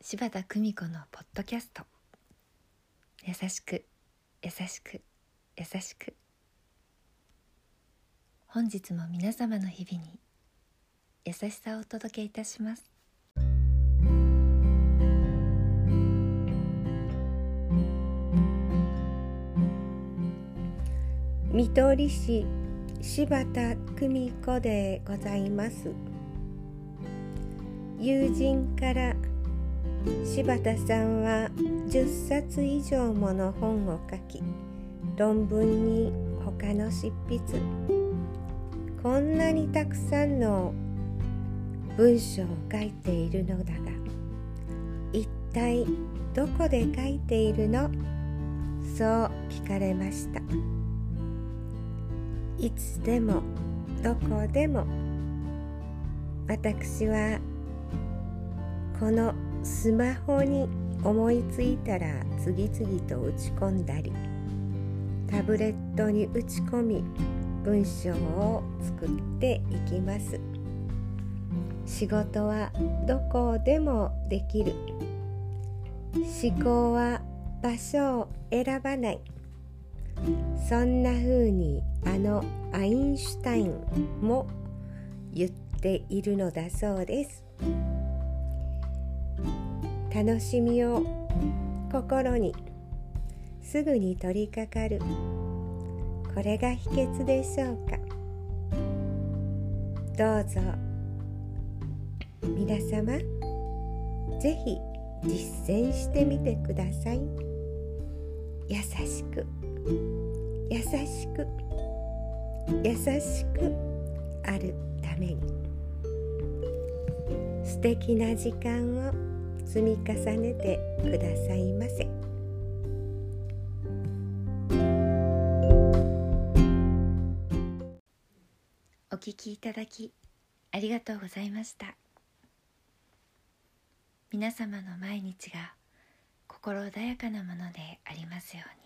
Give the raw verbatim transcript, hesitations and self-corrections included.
柴田久美子のポッドキャスト。優しく優しく優しく。本日も皆様の日々に優しさをお届けいたします。 見取り師柴田久美子でございます。友人から柴田さんはじゅっさつ以上もの本を書き、論文に他の執筆、こんなにたくさんの文章を書いているのだが、一体どこで書いているの？そう聞かれました。いつでもどこでも、私はこのスマホに思いついたら次々と打ち込んだり、タブレットに打ち込み文章を作っていきます。仕事はどこでもできる。思考は場所を選ばない。そんな風にあのアインシュタインも言っているのだそうです。楽しみを心にすぐに取り掛かる、これが秘訣でしょうか。どうぞ皆様、ぜひ実践してみてください。優しく優しく優しくあるために、素敵な時間を積み重ねてくださいませ。 お聞きいただきありがとうございました。皆様の毎日が心穏やかなものでありますように。